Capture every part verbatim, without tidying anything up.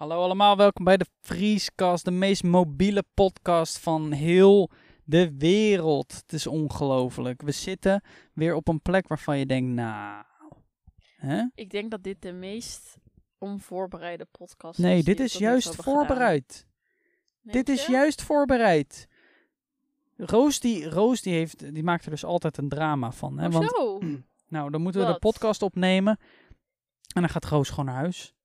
Hallo allemaal, welkom bij de Vrieskast, de meest mobiele podcast van heel de wereld. Het is ongelooflijk. We zitten weer op een plek waarvan je denkt, nou... Hè? Ik denk dat dit de meest onvoorbereide podcast Nee, is. dit die is we tot nu juist toe hebben gedaan. voorbereid. Denk Dit is je? juist voorbereid. Roos, die, Roos die, heeft, die maakt er dus altijd een drama van. Hè? Want, Hoezo? nou, dan moeten we Wat? de podcast opnemen en dan gaat Roos gewoon naar huis.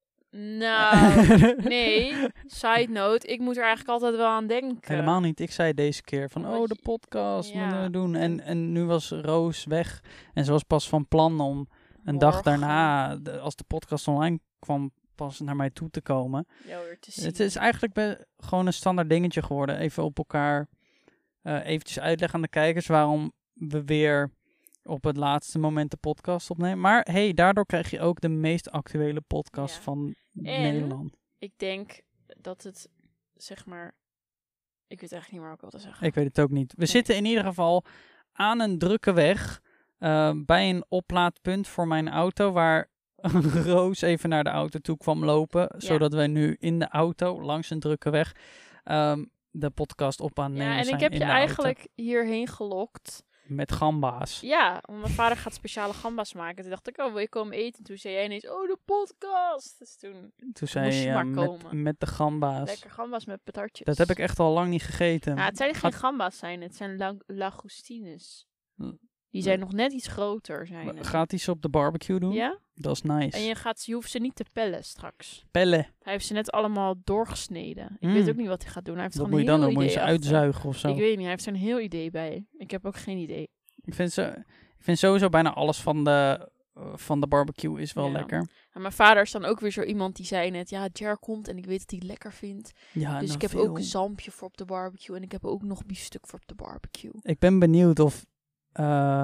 Nou, nee. Side note, ik moet er eigenlijk altijd wel aan denken. Helemaal niet. Ik zei deze keer van, Omdat oh, de je- podcast ja. moeten we doen. En, en nu was Roos weg. En ze was pas van plan om een dag Morgen daarna, de- als de podcast online kwam, pas naar mij toe te komen. jou weer te zien. Het is eigenlijk be- gewoon een standaard dingetje geworden. Even op elkaar eh eventjes uitleggen aan de kijkers waarom we weer op het laatste moment de podcast opnemen. Maar hey, daardoor krijg je ook de meest actuele podcast Ja. van En- Nederland. Ik denk dat het, zeg maar... Ik weet eigenlijk niet meer wat ik wilde zeggen. Ik weet het ook niet. We Nee. zitten in ieder geval aan een drukke weg eh, bij een oplaadpunt voor mijn auto, waar Roos even naar de auto toe kwam lopen, zodat wij nu in de auto, langs een drukke weg, ehm, de podcast op aan het nemen Ja, en zijn ik heb in je de auto. eigenlijk hierheen gelokt. Met gamba's. Ja, want mijn vader gaat speciale gamba's maken. Toen dacht ik, oh, wil je komen eten? Toen zei jij ineens, oh, de podcast. Dus toen, Toen zei moest je je maar met, komen. met de gamba's. lekker gamba's met patatjes. Dat heb ik echt al lang niet gegeten. Ja, het zijn Gaat- geen gamba's zijn, het zijn la- lagostines. Die zijn nog net iets groter, zijn het. Gaat hij ze op de barbecue doen? Ja? Dat is nice. En je, gaat, je hoeft ze niet te pellen straks. Pellen. Hij heeft ze net allemaal doorgesneden. Ik Mm. weet ook niet wat hij gaat doen. Hij heeft Wat er moet je gewoon dan een doen? heel Moet je ze idee achter. uitzuigen of zo? Ik weet niet, hij heeft er een heel idee bij. Ik heb ook geen idee. Ik vind, zo, ik vind sowieso bijna alles van de, eh, van de barbecue is wel Ja. lekker. En mijn vader is dan ook weer zo iemand die zei net, ja, Jer komt en ik weet dat hij het lekker vindt. Ja, Dus nou, ik heb veel. ook een zalmpje voor op de barbecue en ik heb ook nog biefstuk voor op de barbecue. Ik ben benieuwd of eh,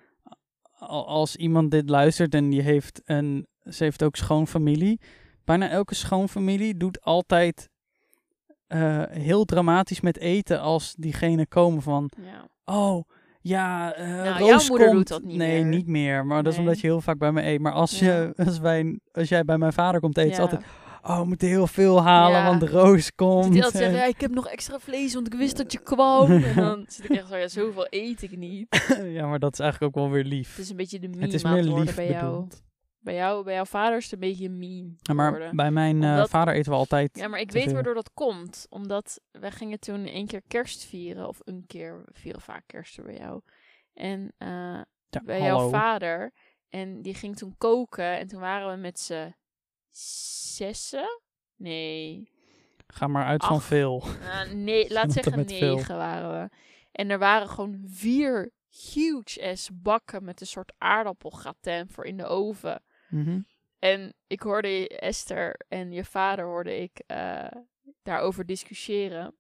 al- als iemand dit luistert en die heeft een, ze heeft ook schoonfamilie. Bijna elke schoonfamilie doet altijd eh, heel dramatisch met eten als diegene komen van, Ja. oh ja, eh Nou, Roos jouw moeder komt. doet dat niet nee, meer. niet meer. Maar dat is Nee. omdat je heel vaak bij me eet. Maar als, Ja. je, als, wij, als jij bij mijn vader komt eten, is Ja. het altijd, oh, we moeten heel veel halen, Ja. want Roos komt. Dus die altijd zeggen, En- ja, ik heb nog extra vlees, want ik wist dat je kwam. En dan zit ik echt zo, ja, zoveel eet ik niet. ja, maar dat is eigenlijk ook wel weer lief. Het is een beetje de meme Het is aan meer het worden lief bij jou. bedoeld. Bij jou. Bij jouw vader is het een beetje een meme Ja, maar geworden. bij mijn eh, Omdat- vader eten we altijd. Ja, maar ik te weet veel. waardoor dat komt. Omdat wij gingen toen één keer kerst vieren. Of een keer, we vieren vaak kerst bij jou. En eh, Ja, bij hallo. jouw vader. En die ging toen koken. En toen waren we met z'n zessen. Nee. Ga maar uit van Ach. veel. Nou, nee, laat Tot en zeggen met veel. negen waren we. En er waren gewoon vier huge ass bakken met een soort aardappelgratin voor in de oven. Mhm. En ik hoorde Esther en je vader hoorde ik eh, daarover discussiëren.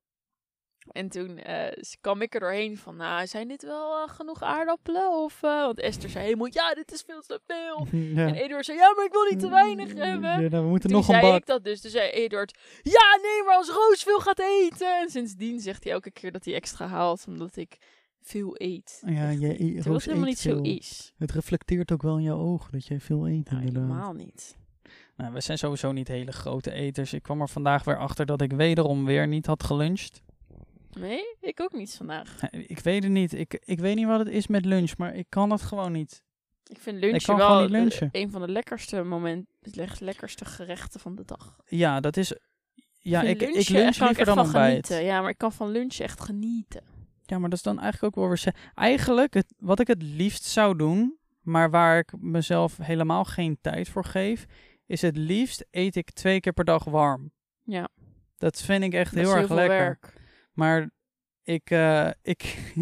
En toen eh, kwam ik er doorheen van, nou, zijn dit wel eh, genoeg aardappelen? Of, eh, want Esther zei helemaal, ja, dit is veel te veel. ja. En Eduard zei, ja, maar ik wil niet te weinig hebben. Ja, nou, we moeten Toen nog een zei bak. ik dat dus. Toen zei Eduard, ja, nee, maar als Roos veel gaat eten. En sindsdien zegt hij elke keer dat hij extra haalt, omdat ik veel eet. Ja, Echt je, niet. je, Terwijl Roos het helemaal eet niet zo veel. is. Het reflecteert ook wel in jouw ogen dat jij veel eet. Nou, inderdaad. helemaal niet. Nou, we zijn sowieso niet hele grote eters. Ik kwam er vandaag weer achter dat ik wederom weer niet had geluncht. Nee, ik ook niet vandaag. Eh, Ik weet het niet. Ik, ik weet niet wat het is met lunch, maar ik kan het gewoon niet. Ik vind lunchen kan wel gewoon niet de- lunchen. een van de lekkerste momenten, de lekkerste gerechten van de dag. Ja, dat is... Ja, vind ik, ik lunchen, lunch kan liever echt dan van ontbijt. genieten. Ja, maar ik kan van lunchen echt genieten. Ja, maar dat is dan eigenlijk ook wel weer... ze- Eigenlijk, het, wat ik het liefst zou doen, maar waar ik mezelf helemaal geen tijd voor geef, is het liefst eet ik twee keer per dag warm. Ja, Dat vind ik echt dat heel is erg veel lekker. werk. Maar ik, eh, ik,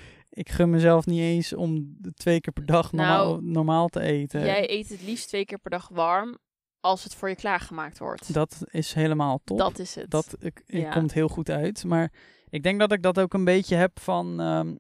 ik gun mezelf niet eens om twee keer per dag normaal, Nou, normaal te eten. Jij eet het liefst twee keer per dag warm als het voor je klaargemaakt wordt. Dat is helemaal top. Dat is het. Dat ik, ik Ja. komt heel goed uit. Maar ik denk dat ik dat ook een beetje heb van... ehm,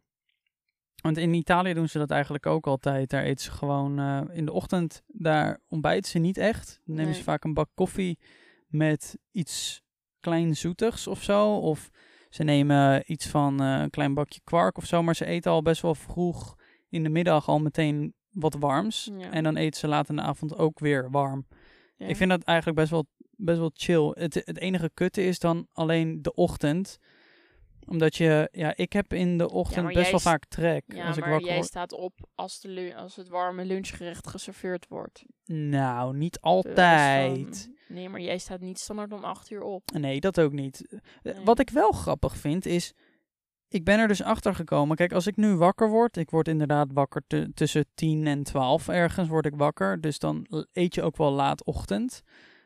want in Italië doen ze dat eigenlijk ook altijd. Daar eten ze gewoon eh, in de ochtend, daar ontbijten ze niet echt. Dan nemen ze Nee. vaak een bak koffie met iets klein zoetigs of zo. Of ze nemen iets van eh, een klein bakje kwark of zo. Maar ze eten al best wel vroeg in de middag al meteen wat warms. Ja. En dan eten ze later in de avond ook weer warm. Ja. Ik vind dat eigenlijk best wel best wel chill. Het, het enige kutte is dan alleen de ochtend. Omdat je, ja, ik heb in de ochtend maar best jij wel st- vaak trek. Ja, als ik maar wakker jij word. staat op als, de lu- als het warme lunchgerecht geserveerd wordt. Nou, niet Bewijs altijd. van- Nee, maar jij staat niet standaard om acht uur op. Nee, dat ook niet. Eh, Nee. Wat ik wel grappig vind is, ik ben er dus achter gekomen. Kijk, als ik nu wakker word, ik word inderdaad wakker te- tussen tien en twaalf ergens word ik wakker. Dus dan l- eet je ook wel laat ochtend.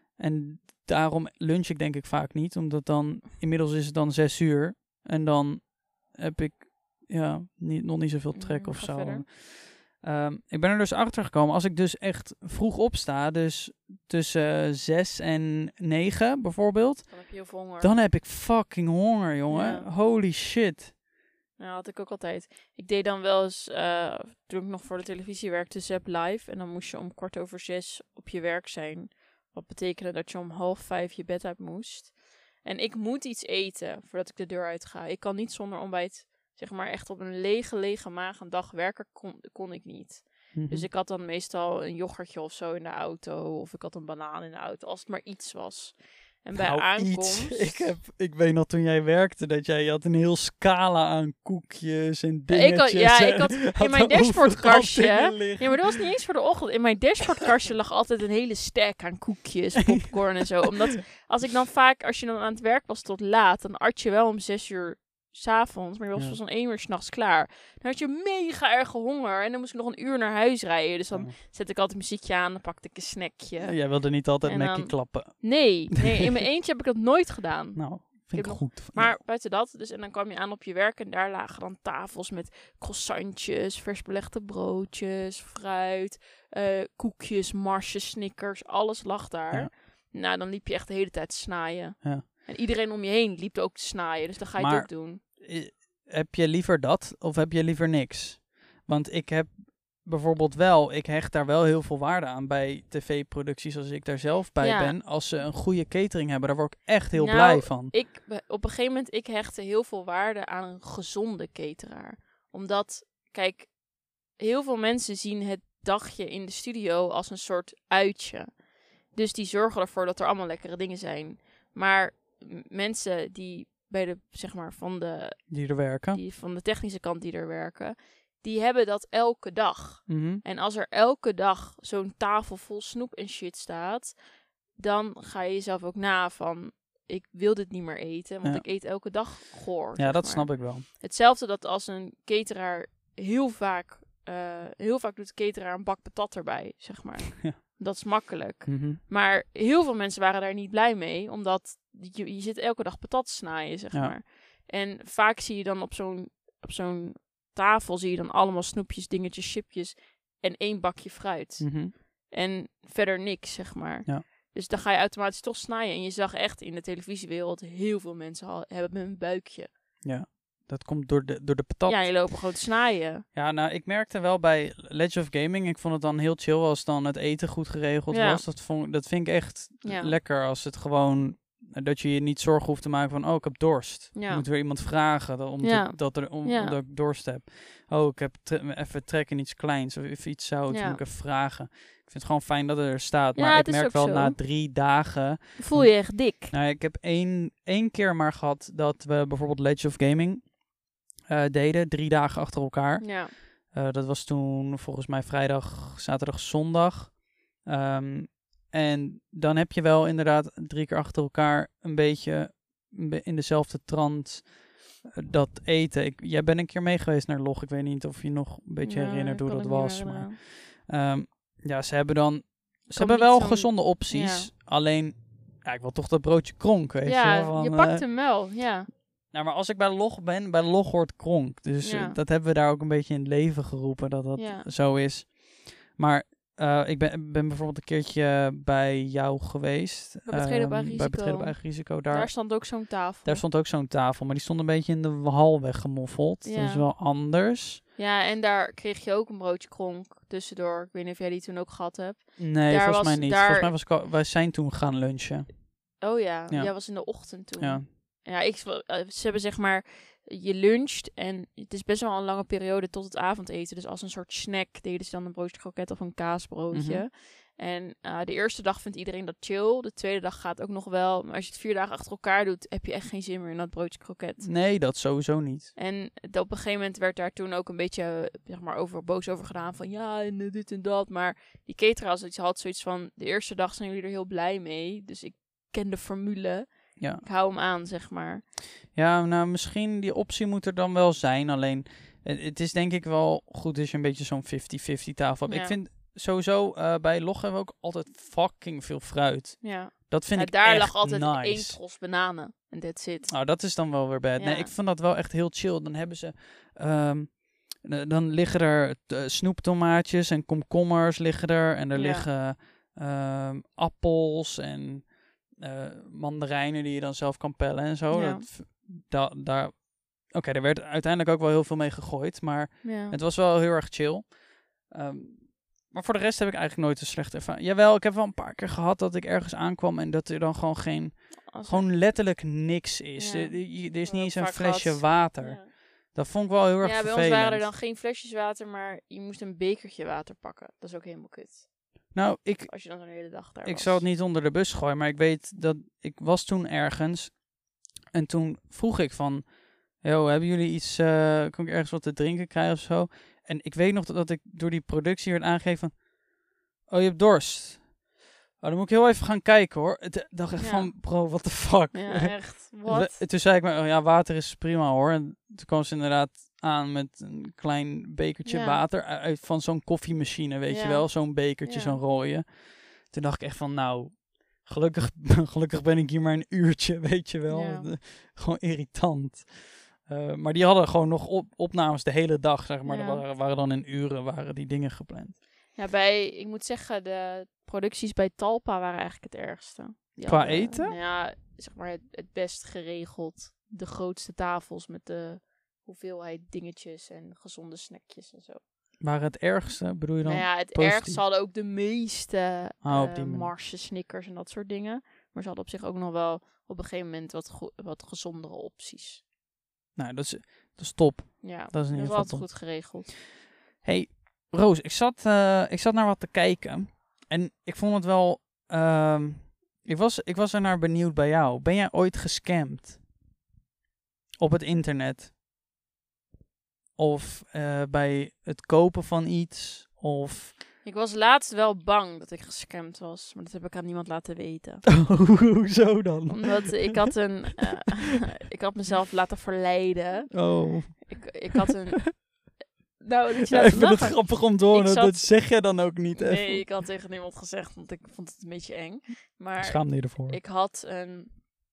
En daarom lunch ik denk ik vaak niet, omdat dan, inmiddels is het dan zes uur. En dan heb ik, ja, niet, nog niet zoveel trek Mm, of ga zo. verder. Ehm, ik ben er dus achter gekomen, als ik dus echt vroeg opsta, dus tussen uh, zes en negen bijvoorbeeld, Dan heb je heel veel honger. dan heb ik fucking honger, jongen. Ja. Holy shit. Ja, had ik ook altijd. Ik deed dan wel eens, uh, toen ik nog voor de televisie werkte, Zap Live. En dan moest je om kwart over zes op je werk zijn. Wat betekende dat je om half vijf je bed uit moest. En ik moet iets eten voordat ik de deur uit ga. Ik kan niet zonder ontbijt, zeg maar echt op een lege, lege maag een dag werken, kon, kon ik niet. Mm-hmm. Dus ik had dan meestal een yoghurtje of zo in de auto. Of ik had een banaan in de auto, als het maar iets was. En bij nou, aankomst... Iets. Ik, heb, ik weet nog toen jij werkte dat jij je had een heel scala aan koekjes en Ja, ik had, dingetjes. ja, ik had in mijn dashboardkastje... Ja, maar dat was niet eens voor de ochtend. In mijn dashboardkastje lag altijd een hele stack aan koekjes, popcorn en zo. Omdat als ik dan vaak, als je dan aan het werk was tot laat, dan at je wel om zes uur 's avonds, maar je was Ja. pas om één uur 's nachts klaar. Dan had je mega erge honger en dan moest ik nog een uur naar huis rijden. Dus dan Ja. zet ik altijd muziekje aan, dan pakte ik een snackje. Jij wilde niet altijd En Mackie dan- klappen. Nee, nee, in mijn eentje heb ik dat nooit gedaan. Nou, heb vind ik nog- goed. van Maar jou. buiten dat, dus en dan kwam je aan op je werk en daar lagen dan tafels met croissantjes, vers belegde broodjes, fruit, eh, koekjes, marsjes, snickers, alles lag daar. Ja. Nou, dan liep je echt de hele tijd te snaaien. Ja. En iedereen om je heen liep ook te snaaien, dus dan ga je het Maar- ook doen. I- Heb je liever dat of heb je liever niks? Want ik heb bijvoorbeeld wel, ik hecht daar wel heel veel waarde aan bij tv-producties als ik daar zelf bij Ja. ben. Als ze een goede catering hebben, daar word ik echt heel Nou, blij van. Ik, op een gegeven moment, ik hechtte heel veel waarde aan een gezonde cateraar. Omdat, kijk, heel veel mensen zien het dagje in de studio als een soort uitje. Dus die zorgen ervoor dat er allemaal lekkere dingen zijn. Maar m- mensen die bij de, zeg maar, van de, Die er werken. die van de technische kant die er werken, die hebben dat elke dag. Mhm. En als er elke dag zo'n tafel vol snoep en shit staat, dan ga je jezelf ook na van, ik wil dit niet meer eten, want Ja. ik eet elke dag goor. Ja, zeg dat maar. snap ik wel. Hetzelfde dat als een cateraar heel vaak, uh, heel vaak doet de cateraar een bak patat erbij, zeg maar. Ja. Dat is makkelijk. Mhm. Maar heel veel mensen waren daar niet blij mee, omdat je, je zit elke dag patat te snijden, zeg Ja. maar. En vaak zie je dan op zo'n, op zo'n tafel, zie je dan allemaal snoepjes, dingetjes, chipjes en één bakje fruit. Mhm. En verder niks, zeg maar. Ja. Dus dan ga je automatisch toch snijden. En je zag echt in de televisiewereld heel veel mensen al hebben een buikje. Dat komt door de, door de patat. Ja, je lopen gewoon te snijden. Ja, nou, ik merkte wel bij Legend of Gaming, ik vond het dan heel chill als dan het eten goed geregeld Ja. was. Dat, vond, dat vind ik echt Ja. lekker als het gewoon, dat je je niet zorgen hoeft te maken van, oh, ik heb dorst. Ja. Je moet weer iemand vragen dat, om Ja. te, dat, er, om, Ja. omdat ik dorst heb. Oh, ik heb tre- even trek in iets kleins of even iets zout, Ja. moet ik even vragen. Ik vind het gewoon fijn dat het er staat, Ja, maar ik het is merk ook wel zo. na drie dagen. Voel je echt dik. Nou, ik heb één, één keer maar gehad dat we bijvoorbeeld Legend of Gaming eh, deden, drie dagen achter elkaar. Ja. Uh, dat was toen volgens mij vrijdag, zaterdag, zondag. Um, en dan heb je wel inderdaad drie keer achter elkaar een beetje in dezelfde trant uh, dat eten. Ik, jij bent een keer mee geweest naar Log. Ik weet niet of je nog een beetje Ja, herinnert hoe kan dat ik me niet was. meer Maar herinneren. um, ja, ze hebben dan... Ze Kan hebben niet wel zo'n- gezonde opties. Ja. Alleen, ja, ik wil toch dat broodje kronk, weet je Ja, wel. Van, je pakt uh, hem wel, ja. nou, maar als ik bij Log ben, bij Log hoort kronk. Dus Ja. uh, dat hebben we daar ook een beetje in het leven geroepen, dat dat Ja. zo is. Maar uh, ik ben, ben bijvoorbeeld een keertje bij jou geweest. Bij Betreden op ehm, Eigen Bij Risico. Betreden op Eigen Risico. Daar, Daar daar, stond ook zo'n tafel. stond ook zo'n tafel, maar die stond een beetje in de hal weggemoffeld. Ja. Dat is wel anders. Ja, en daar kreeg je ook een broodje kronk tussendoor. Ik weet niet of jij die toen ook gehad hebt. Nee, Daar volgens was- mij niet. daar- Volgens mij was ik al, wij zijn toen gaan lunchen. Oh ja, Ja. jij was in de ochtend toen. Ja. Ja, ik, eh, ze hebben zeg maar, je luncht en het is best wel een lange periode tot het avondeten. Dus als een soort snack deden ze dan een broodje kroket of een kaasbroodje. Mhm. En uh, de eerste dag vindt iedereen dat chill. De tweede dag gaat ook nog wel. Maar als je het vier dagen achter elkaar doet, heb je echt geen zin meer in dat broodje kroket. Nee, dat sowieso niet. En op een gegeven moment werd daar toen ook een beetje zeg maar, over, boos over gedaan. Van ja, en dit en dat. Maar die cateraar had zoiets van, de eerste dag zijn jullie er heel blij mee. Dus ik ken de formule. Ja. Ik hou hem aan, zeg maar. Ja, nou misschien die optie moet er dan wel zijn. Alleen, het, het is denk ik wel goed als je een beetje zo'n vijftig vijftig tafel hebt. Ja. Ik vind sowieso, uh, bij Log hebben we ook altijd fucking veel fruit. Ja. Dat vind ja, ik daar echt lag altijd nice. één tros bananen. En that's it. Nou, dat is dan wel weer bad. Ja. Nee, ik vond dat wel echt heel chill. Dan hebben ze... Um, dan liggen er uh, snoeptomaatjes en komkommers liggen er. En er Ja. liggen um, appels en uh, mandarijnen die je dan zelf kan pellen en zo. Ja. Dat, da, daar... Oké, okay, er werd uiteindelijk ook wel heel veel mee gegooid. Maar Ja. het was wel heel erg chill. Um, maar voor de rest heb ik eigenlijk nooit een slechte ervaring. Jawel, ik heb wel een paar keer gehad dat ik ergens aankwam en dat er dan gewoon geen... Als Gewoon letterlijk niks is. Ja. Er, er- er is Wel niet eens een vaak flesje gehad. water. Ja. Dat vond ik wel heel erg Ja, bij vervelend. ons waren er dan geen flesjes water, maar je moest een bekertje water pakken. Dat is ook helemaal kut. Nou, ik, Als je dan zo'n hele dag daar ik was. zal het niet onder de bus gooien, maar ik weet dat ik was toen ergens. En toen vroeg ik van, yo, hebben jullie iets, uh, kan ik ergens wat te drinken krijgen of zo? En ik weet nog dat, dat ik door die productie werd aangegeven van, oh, je hebt dorst. Oh, dan moet ik heel even gaan kijken hoor. Het dacht echt Ja. van, bro, what the fuck? Ja, echt. Wat? We- Toen zei ik maar, oh ja, water is prima hoor. En toen kwam ze inderdaad aan met een klein bekertje Ja. water uit van zo'n koffiemachine, weet Ja. je wel. Zo'n bekertje, Ja. zo'n rode. Toen dacht ik echt van, nou, gelukkig, gelukkig ben ik hier maar een uurtje, weet je wel. Ja. De- gewoon irritant. Uh, maar die hadden gewoon nog op, opnames de hele dag, zeg maar. Ja. Er waren, waren dan in uren waren die dingen gepland. Ja, bij, ik moet zeggen, de producties bij Talpa waren eigenlijk het ergste. Die Qua hadden, eten? nou ja, zeg maar het, het best geregeld. De grootste tafels met de hoeveelheid dingetjes en gezonde snackjes en zo. Maar het ergste, bedoel je dan? Nou ja, het positief? ergste hadden ook de meeste Oh, op eh, die manier. Marsje, Snickers en dat soort dingen. Maar ze hadden op zich ook nog wel op een gegeven moment wat, go- wat gezondere opties. Nou, dat is, dat is top. Ja, Dat is in ieder dat was geval altijd top. goed geregeld. Hey, Roos, ik zat, uh, ik zat naar wat te kijken. En ik vond het wel... Uh, ik, was, ik was er naar benieuwd bij jou. Ben jij ooit gescamd? Op het internet? Of uh, bij het kopen van iets? Of... Ik was laatst wel bang dat ik gescamd was. Maar dat heb ik aan niemand laten weten. Hoezo dan? Omdat ik had een... Uh, ik had mezelf laten verleiden. Oh. Ik, ik had een... Nou, dat je Ja, laat ik vind het lachen. grappig om te horen. Ik zat- Dat zeg jij dan ook niet. Nee, Even. ik had tegen niemand gezegd, want ik vond het een beetje eng. Maar Schaam je ervoor. ik had een,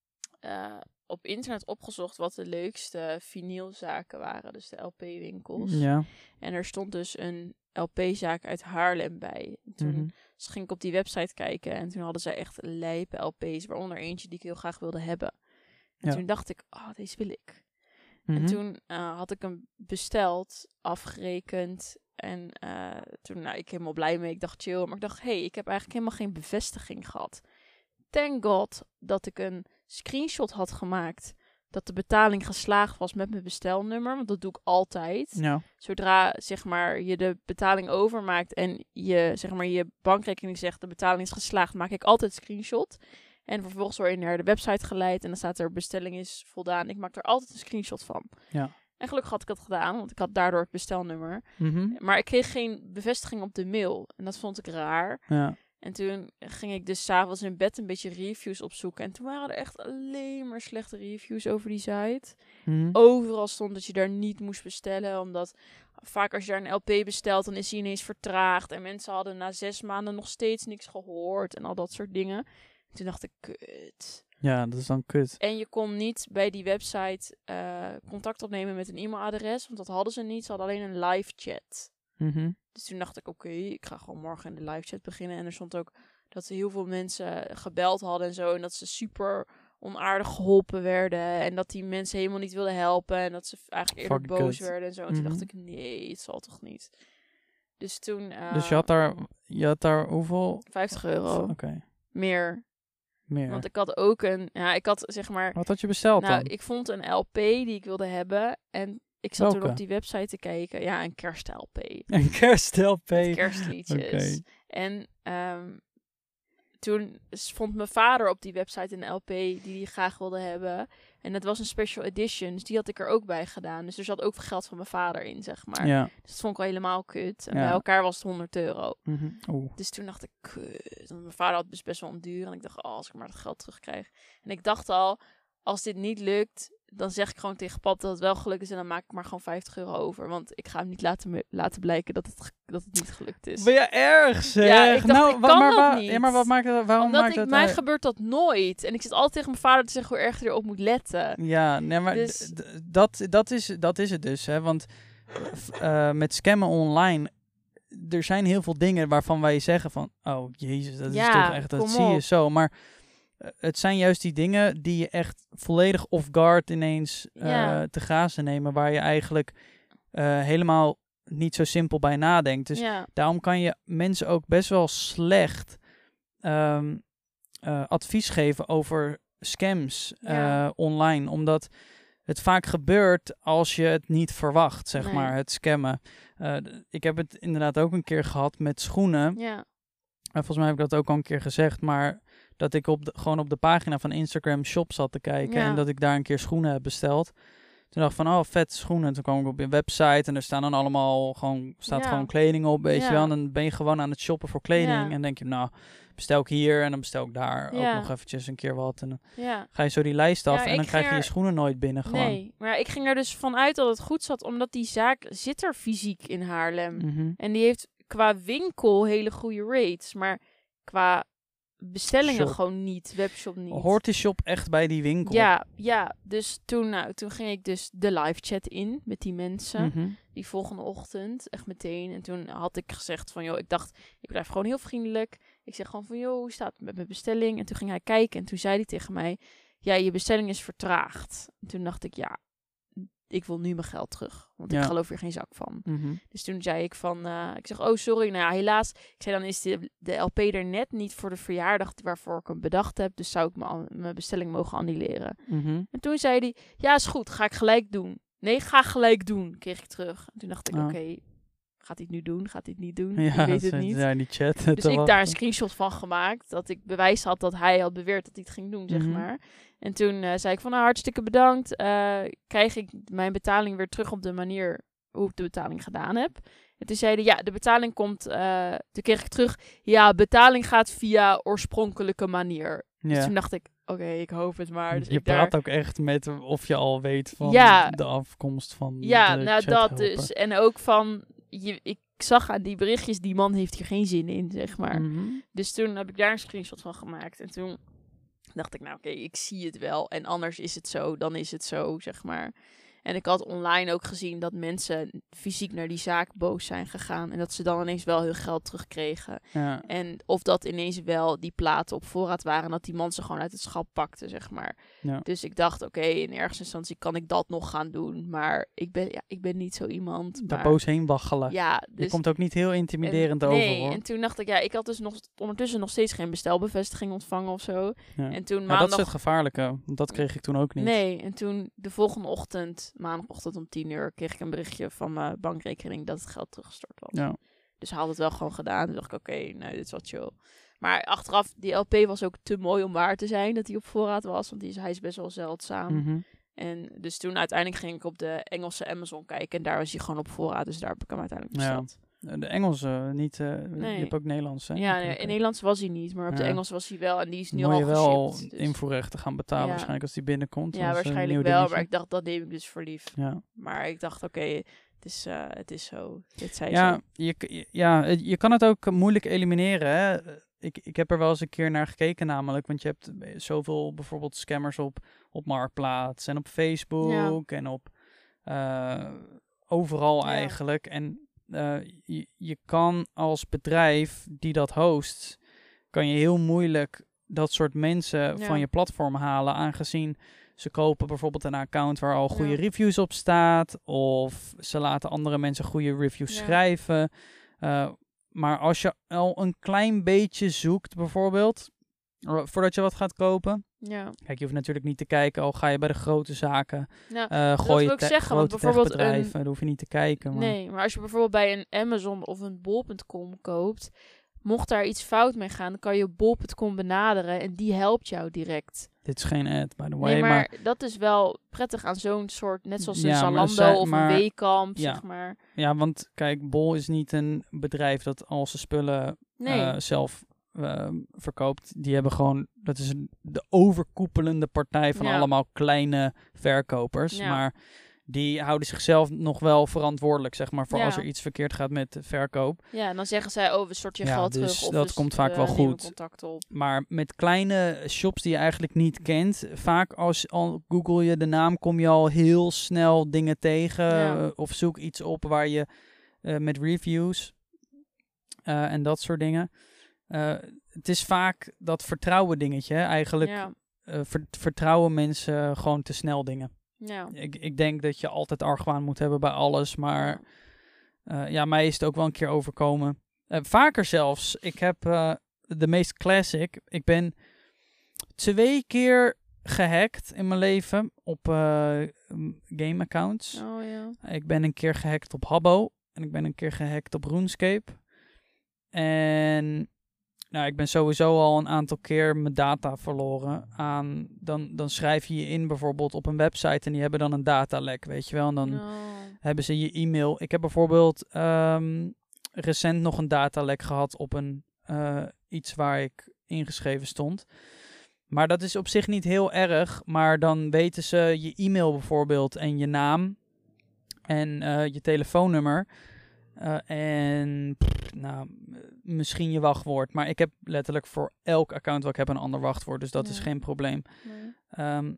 uh, op internet opgezocht wat de leukste vinylzaken waren. Dus de L P-winkels. Ja. En er stond dus een L P-zaak uit Haarlem bij. En toen Mhm. dus ging ik op die website kijken. En toen hadden zij echt lijpe L P's. Waaronder eentje die ik heel graag wilde hebben. En Ja. toen dacht ik, oh, deze wil ik. Mhm. En toen uh, had ik hem besteld, afgerekend. En uh, toen, nou, ik helemaal blij mee. Ik dacht chill. Maar ik dacht, hé, hey, ik heb eigenlijk helemaal geen bevestiging gehad. Thank God dat ik een screenshot had gemaakt dat de betaling geslaagd was met mijn bestelnummer. Want dat doe ik altijd. Ja. Zodra, zeg maar, je de betaling overmaakt en je, zeg maar, je bankrekening zegt de betaling is geslaagd, maak ik altijd een screenshot. En vervolgens word je naar de website geleid en dan staat er bestelling is voldaan. Ik maak er altijd een screenshot van. Ja. En gelukkig had ik dat gedaan, want ik had daardoor het bestelnummer. Mhm. Maar ik kreeg geen bevestiging op de mail. En dat vond ik raar. Ja. En toen ging ik dus 's avonds in bed een beetje reviews opzoeken. En toen waren er echt alleen maar slechte reviews over die site. Mhm. Overal stond dat je daar niet moest bestellen. Omdat vaak als je daar een L P bestelt, dan is die ineens vertraagd. En mensen hadden na zes maanden nog steeds niks gehoord. En al dat soort dingen. En toen dacht ik, kut. Ja, dat is dan kut. En je kon niet bij die website uh, contact opnemen met een e-mailadres. Want dat hadden ze niet. Ze hadden alleen een live chat. Mhm. Dus toen dacht ik, oké, okay, ik ga gewoon morgen in de live chat beginnen. En er stond ook dat heel veel mensen gebeld hadden en zo. En dat ze super onaardig geholpen werden. En dat die mensen helemaal niet wilden helpen. En dat ze eigenlijk eerder Fucking boos kut. werden en zo. En Mhm. toen dacht ik, nee, het zal toch niet. Dus toen... Uh, Dus je had daar, je had daar hoeveel? vijftig euro. Oké, okay. Meer. Meer. Want ik had ook een... Ja, ik had zeg maar... Wat had je besteld Nou, dan? ik vond een L P die ik wilde hebben. En ik zat toen Welke? op die website te kijken. Ja, een kerst-L P. Een kerst-L P. Met kerstliedjes. Oké. En um, toen vond mijn vader op die website een L P die hij graag wilde hebben. En dat was een special edition, dus die had ik er ook bij gedaan. Dus er zat ook geld van mijn vader in, zeg maar. Ja. Dus dat vond ik wel helemaal kut. En Ja. bij elkaar was het honderd euro. Mm-hmm. Oeh. Dus toen dacht ik, kut. Want mijn vader had dus best wel een duur. En ik dacht, oh, als ik maar dat geld terugkrijg. En ik dacht al, als dit niet lukt, dan zeg ik gewoon tegen pap dat het wel gelukt is. En dan maak ik maar gewoon vijftig euro over. Want ik ga hem niet laten, me- laten blijken dat het, dat het niet gelukt is. Ben je erg, zeg? Ja, ik dacht, nou, ik wa- kan maar, dat wa- niet. Ja, maar wat maakt het, waarom Omdat maakt ik, het mij uit? gebeurt dat nooit. En ik zit altijd tegen mijn vader te zeggen hoe erg hij erop moet letten. Ja, nee, maar Dus- d- d- dat, dat, is, dat is het dus, hè. Want f- uh, met scammen online, er zijn heel veel dingen waarvan wij zeggen van, oh jezus, dat Ja, is toch echt, dat kom zie je op. zo. Maar uh, het zijn juist die dingen die je echt volledig off guard ineens uh, Ja. te grazen nemen, waar je eigenlijk uh, helemaal niet zo simpel bij nadenkt. Dus ja. daarom kan je mensen ook best wel slecht um, uh, advies geven over scams uh, Ja. online. Omdat het vaak gebeurt als je het niet verwacht, zeg Nee. maar, het scammen. Uh, d- ik heb het inderdaad ook een keer gehad met schoenen. Ja. Uh, volgens mij heb ik dat ook al een keer gezegd, maar dat ik op de, gewoon op de pagina van Instagram Shop zat te kijken Ja. en dat ik daar een keer schoenen heb besteld. Toen dacht ik van, oh, vet schoenen. En toen kwam ik op een website en er staan dan allemaal gewoon, staat Ja. gewoon kleding op, weet Ja. je wel. En dan ben je gewoon aan het shoppen voor kleding. Ja. En dan denk je, nou, bestel ik hier en dan bestel ik daar Ja. ook nog eventjes een keer wat. En dan Ja. ga je zo die lijst af Ja, en ik dan krijg je ging je er- schoenen nooit binnen gewoon. Nee, maar ik ging er dus vanuit dat het goed zat, omdat die zaak zit er fysiek in Haarlem. Mhm. En die heeft qua winkel hele goede rates, maar qua bestellingen Shop. gewoon niet, webshop niet. Hoort die shop echt bij die winkel? Ja, ja. Dus toen, nou, toen ging ik dus de live chat in met die mensen. Mhm. Die volgende ochtend, echt meteen. En toen had ik gezegd van, joh, ik dacht, ik blijf gewoon heel vriendelijk. Ik zeg gewoon van, joh, hoe staat het met mijn bestelling? En toen ging hij kijken en toen zei hij tegen mij, ja, je bestelling is vertraagd. En toen dacht ik, ja, ik wil nu mijn geld terug. Want Ja. ik geloof er geen zak van. Mhm. Dus toen zei ik van, uh, ik zeg, oh sorry, nou ja, helaas. Ik zei, dan is de, de L P er net niet voor de verjaardag waarvoor ik hem bedacht heb. Dus zou ik mijn- mijn bestelling mogen annuleren. Mhm. En toen zei hij, ja is goed, ga ik gelijk doen. Nee, ga gelijk doen, kreeg ik terug. En toen dacht ik, Oh. oké, gaat hij het nu doen? Gaat hij het niet doen? Ja, ik weet het ze- niet. Ja, die chat. Dus te ik daar een wachten. screenshot van gemaakt. Dat ik bewijs had dat hij had beweerd dat hij het ging doen, zeg Mhm. maar. En toen uh, zei ik van, nou, hartstikke bedankt. Uh, krijg ik mijn betaling weer terug op de manier hoe ik de betaling gedaan heb. En toen zeiden, ja, de betaling komt... Uh, toen kreeg ik terug, ja, betaling gaat via oorspronkelijke manier. Dus Ja. toen dacht ik, oké, ik hoop het maar. Dus je ik praat daar... ook echt met of je al weet van Ja. de afkomst van Ja, de nou dat chathelper. dus. En ook van, je, ik zag aan die berichtjes, die man heeft hier geen zin in, zeg maar. Mhm. Dus toen heb ik daar een screenshot van gemaakt. En toen dacht ik, nou oké, ik zie het wel. En anders is het zo, dan is het zo, zeg maar. En ik had online ook gezien dat mensen fysiek naar die zaak boos zijn gegaan. En dat ze dan ineens wel hun geld terugkregen. Ja. En of dat ineens wel die platen op voorraad waren. En dat die man ze gewoon uit het schap pakte, zeg maar. Ja. Dus ik dacht, oké, in ergste instantie kan ik dat nog gaan doen. Maar ik ben, ja, ik ben niet zo iemand. Daar Maar, boos heen waggelen. ja, Je dus komt ook niet heel intimiderend en, over, nee, hoor. en toen dacht ik, ja, ik had dus nog ondertussen nog steeds geen bestelbevestiging ontvangen of zo. Ja. En toen Maar dat is maandag... het gevaarlijke, want dat kreeg ik toen ook niet. Nee, en toen de volgende ochtend, maandagochtend om tien uur, kreeg ik een berichtje van mijn bankrekening dat het geld teruggestort was. Ja. Dus hij had het wel gewoon gedaan. Toen dacht ik, oké, nee, dit is wel chill. Maar achteraf, die L P was ook te mooi om waar te zijn dat hij op voorraad was. Want die is, hij is best wel zeldzaam. Mhm. En dus toen uiteindelijk ging ik op de Engelse Amazon kijken. En daar was hij gewoon op voorraad. Dus daar heb ik hem uiteindelijk Ja. besteld. De Engelse uh, niet, uh, Nee. je hebt ook Nederlands, hè? Ja, Oké, nee, oké. in Nederlands was hij niet. Maar op de Ja. Engelse was hij wel. En die is nu Moet al je wel geshipped. Dus. invoerrechten gaan betalen Ja. waarschijnlijk als die binnenkomt. Ja, Dat is een waarschijnlijk nieuw wel. dingetje. Maar ik dacht, dat neem ik dus voor lief. Ja. Maar ik dacht, oké, het, is, uh, het is zo. Dit zei Ja, zo. je, k- ja, het- je kan het ook moeilijk elimineren, hè? Ik, ik heb er wel eens een keer naar gekeken namelijk, want je hebt zoveel bijvoorbeeld scammers op, op Marktplaats en op Facebook en op uh, overal Ja. eigenlijk. En uh, je, je kan als bedrijf die dat host, kan je heel moeilijk dat soort mensen Ja. van je platform halen, aangezien ze kopen bijvoorbeeld een account waar al goede Ja. reviews op staat, of ze laten andere mensen goede reviews Ja. schrijven. Uh, maar als je al een klein beetje zoekt bijvoorbeeld, uh, voordat je wat gaat kopen. Ja. Kijk, je hoeft natuurlijk niet te kijken, al ga je bij de grote zaken, Nou, uh, dat gooi wil je ik te- zeggen, want grote bijvoorbeeld techbedrijven, een- daar hoef je niet te kijken. Maar... Nee, maar als je bijvoorbeeld bij een Amazon of een bol punt com koopt, mocht daar iets fout mee gaan, dan kan je bol punt com benaderen en die helpt jou direct. Dit is geen ad, by the way. Nee, maar, maar dat is wel prettig aan zo'n soort, net zoals een Ja, maar Zalando zij- of maar- een Weekamp, ja. zeg maar. ja, want kijk, Bol is niet een bedrijf dat al zijn spullen Nee, eh, zelf eh, verkoopt. Die hebben gewoon, dat is een, de overkoepelende partij van Ja. allemaal kleine verkopers. Ja. Maar die houden zichzelf nog wel verantwoordelijk, zeg maar, voor Ja. als er iets verkeerd gaat met de verkoop. ja, en dan zeggen zij, oh, we storten je Ja, geld dus terug. Of dat we komt st- vaak we wel nemen goed. contact op. Maar met kleine shops die je eigenlijk niet kent, vaak als al Google je de naam, kom je al heel snel dingen tegen. Ja. eh, Of zoek iets op waar je eh, met reviews eh, en dat soort dingen. Eh, het is vaak dat vertrouwen dingetje. Hè? Eigenlijk Ja, eh, ver- vertrouwen mensen gewoon te snel dingen. ja. Ik, ik denk dat je altijd argwaan moet hebben bij alles, maar eh, ja, mij is het ook wel een keer overkomen. Eh, vaker zelfs. Ik heb eh, de meest classic. Ik ben twee keer gehackt in mijn leven op eh, game accounts. Oh ja. Ik ben een keer gehackt op Habbo en ik ben een keer gehackt op RuneScape. En nou, ik ben sowieso al een aantal keer mijn data verloren aan. Dan, dan schrijf je je in bijvoorbeeld op een website en die hebben dan een datalek, weet je wel. En dan Oh. hebben ze je e-mail. Ik heb bijvoorbeeld ehm, recent nog een datalek gehad op een eh, iets waar ik ingeschreven stond. Maar dat is op zich niet heel erg. Maar dan weten ze je e-mail bijvoorbeeld en je naam en eh, je telefoonnummer. Uh, en pff, nou, m- misschien je wachtwoord. Maar ik heb letterlijk voor elk account wat ik heb een ander wachtwoord. Dus dat Ja. is geen probleem. Nee. Um,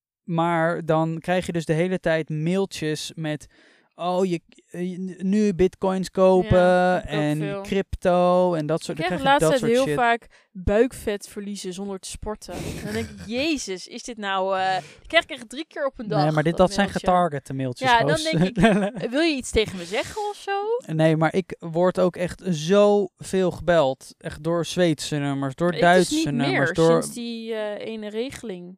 maar dan krijg je dus de hele tijd mailtjes met... Oh, je, je nu bitcoins kopen Ja, heb ik ook en veel. crypto en dat soort, Ik dan krijg de krijg je laatste dat tijd soort heel shit. vaak buikvet verliezen zonder te sporten. En dan denk ik, jezus, is dit nou... eh ik krijg ik echt drie keer op een dag. Nee, maar dit, dat zijn mailtje. getargete mailtjes. Ja, dan Roos. denk ik, wil je iets tegen me zeggen of zo? Nee, maar ik word ook echt zo veel gebeld. Echt door Zweedse nummers, door Ik dus Duitse niet nummers. meer, Door... sinds die eh, ene regeling.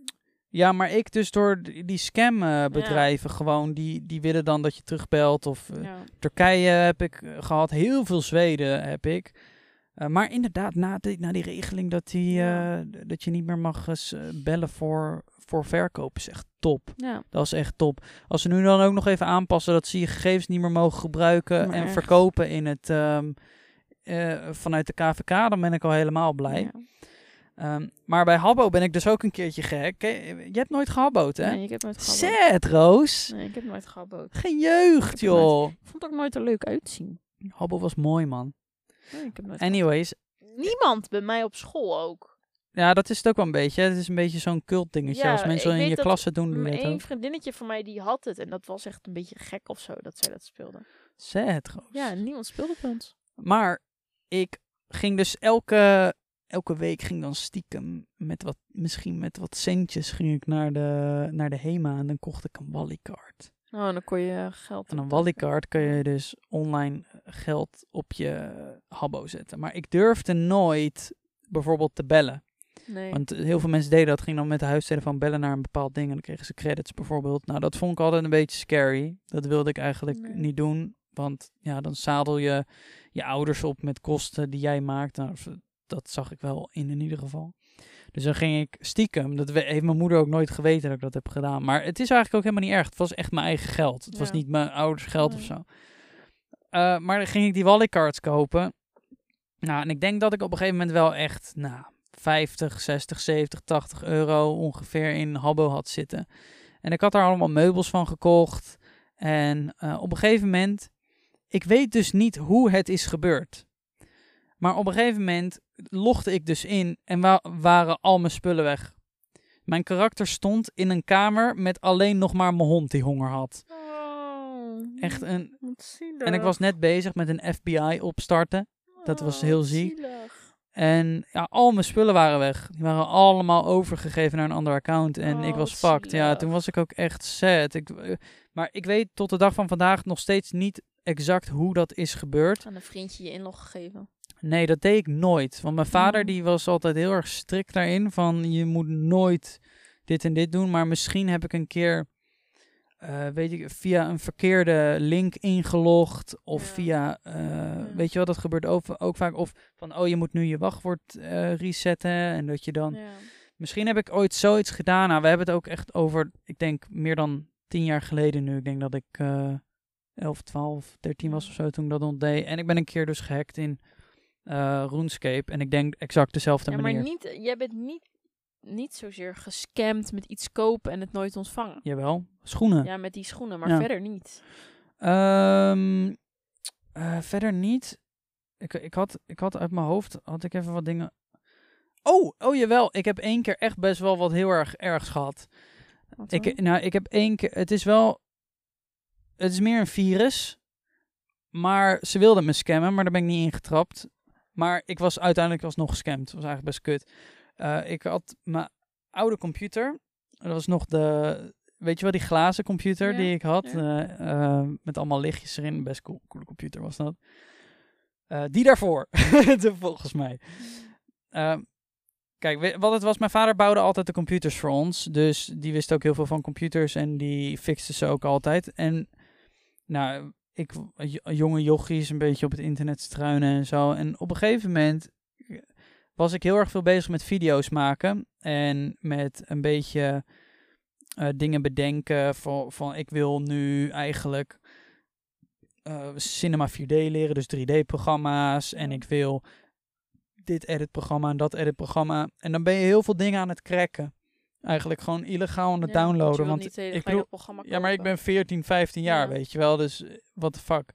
Ja, maar ik dus door die die scambedrijven gewoon, die, die willen dan dat je terugbelt. Of uh, Ja. Turkije heb ik uh, gehad, heel veel Zweden heb ik. Uh, maar inderdaad, na die, na die regeling dat, die, uh, Ja. dat je niet meer mag uh, bellen voor, voor verkoop is echt top. Ja. Dat is echt top. Als ze nu dan ook nog even aanpassen dat ze je gegevens niet meer mogen gebruiken Maar en echt. verkopen in het, um, uh, vanuit de K V K, dan ben ik al helemaal blij. Ja. Um, maar bij Habbo ben ik dus ook een keertje gek. Je hebt nooit gehabboot, hè? Nee, ik heb nooit gehabboot. Sad, Roos. Nee, ik heb nooit gehabboot. Geen jeugd, Ik heb joh. Ik vond het ook nooit er leuk uitzien. Habbo was mooi, man. Nee, ik heb nooit Anyways. Niemand bij mij op school ook. Ja, dat is het ook wel een beetje. Het is een beetje zo'n cult dingetje. Ja, Als mensen ik in weet je dat klasse doen, doe je Mijn het één ook. vriendinnetje van mij die had het. En dat was echt een beetje gek of zo dat zij dat speelde. Sad, Roos. Ja, en niemand speelde bij ons. Maar ik ging dus elke, elke week ging dan stiekem met wat, misschien met wat centjes ging ik naar de, naar de Hema en dan kocht ik een Wallycard. Oh, en dan kon je geld... En een Wallycard kun je dus online geld op je Habbo zetten. Maar ik durfde nooit bijvoorbeeld te bellen. Nee. Want heel veel mensen deden dat, gingen dan met de huistelefoon bellen naar een bepaald ding en dan kregen ze credits bijvoorbeeld. Nou, dat vond ik altijd een beetje scary. Dat wilde ik eigenlijk Nee. niet doen, want ja, dan zadel je je ouders op met kosten die jij maakt. Nou, dat zag ik wel in in ieder geval. Dus dan ging ik stiekem, dat we- heeft mijn moeder ook nooit geweten dat ik dat heb gedaan. Maar het is eigenlijk ook helemaal niet erg. Het was echt mijn eigen geld. Het was Ja. niet mijn ouders geld Nee. of zo. Uh, maar dan ging ik die Wallycards kopen. Nou, en ik denk dat ik op een gegeven moment wel echt, nou, vijftig, zestig, zeventig, tachtig euro ongeveer in Habbo had zitten. En ik had daar allemaal meubels van gekocht. En uh, op een gegeven moment, ik weet dus niet hoe het is gebeurd. Maar op een gegeven moment logde ik dus in en wa- waren al mijn spullen weg. Mijn karakter stond in een kamer met alleen nog maar mijn hond die honger had. Oh, Echt een... wat zielig. En ik was net bezig met een F B I opstarten. Dat was heel Oh, ziek. zielig. En ja, al mijn spullen waren weg. Die waren allemaal overgegeven naar een ander account. En Oh, ik was wat fucked. Ja, zielig. toen was ik ook echt sad. Ik, uh, maar ik weet tot de dag van vandaag nog steeds niet exact hoe dat is gebeurd. Aan een vriendje je inlog gegeven. Nee, dat deed ik nooit. Want mijn vader Mm. die was altijd heel erg strikt daarin. Van je moet nooit dit en dit doen. Maar misschien heb ik een keer uh, weet ik, via een verkeerde link ingelogd. Of Ja. via, uh, Ja. weet je wel, dat gebeurt ook, ook vaak. Of van, oh, je moet nu je wachtwoord uh, resetten. En dat je dan... Ja. Misschien heb ik ooit zoiets gedaan. Nou, we hebben het ook echt over, ik denk, meer dan tien jaar geleden nu. Ik denk dat ik uh, elf, twaalf, dertien was of zo toen ik dat ontdeed. En ik ben een keer dus gehackt in uh, RuneScape. En ik denk exact dezelfde ja, manier. Maar niet, jij bent niet, niet zozeer gescamd met iets kopen en het nooit ontvangen. Jawel, schoenen. Ja, met die schoenen, maar Ja. verder niet. Um, uh, verder niet. Ik, ik, had, ik had uit mijn hoofd, had ik even wat dingen... Oh, oh jawel. Ik heb één keer echt best wel wat heel erg ergs gehad. Ik, nou, ik heb één keer... Het is wel... Het is meer een virus. Maar ze wilden me scammen, maar daar ben ik niet in getrapt. Maar ik was uiteindelijk alsnog gescamd. Dat was eigenlijk best kut. Uh, ik had mijn oude computer. Dat was nog de... Weet je wel, die glazen computer ja, die ik had. Ja. Uh, uh, met allemaal lichtjes erin. Best cool, coole computer was dat. Uh, die daarvoor. Volgens mij. Uh, Kijk, wat het was, mijn vader bouwde altijd de computers voor ons. Dus die wist ook heel veel van computers en die fixte ze ook altijd. En nou, ik, jonge jochies, een beetje op het internet struinen en zo. En op een gegeven moment was ik heel erg veel bezig met video's maken. En met een beetje uh, dingen bedenken van, van ik wil nu eigenlijk uh, Cinema vier D leren, dus drie D-programma's. En ik wil... dit editprogramma en dat editprogramma. En dan ben je heel veel dingen aan het cracken. Eigenlijk gewoon illegaal aan het ja, downloaden. Want niet ik bedoel, programma ja, maar ik ben veertien, vijftien jaar, ja. weet je wel. Dus what the fuck.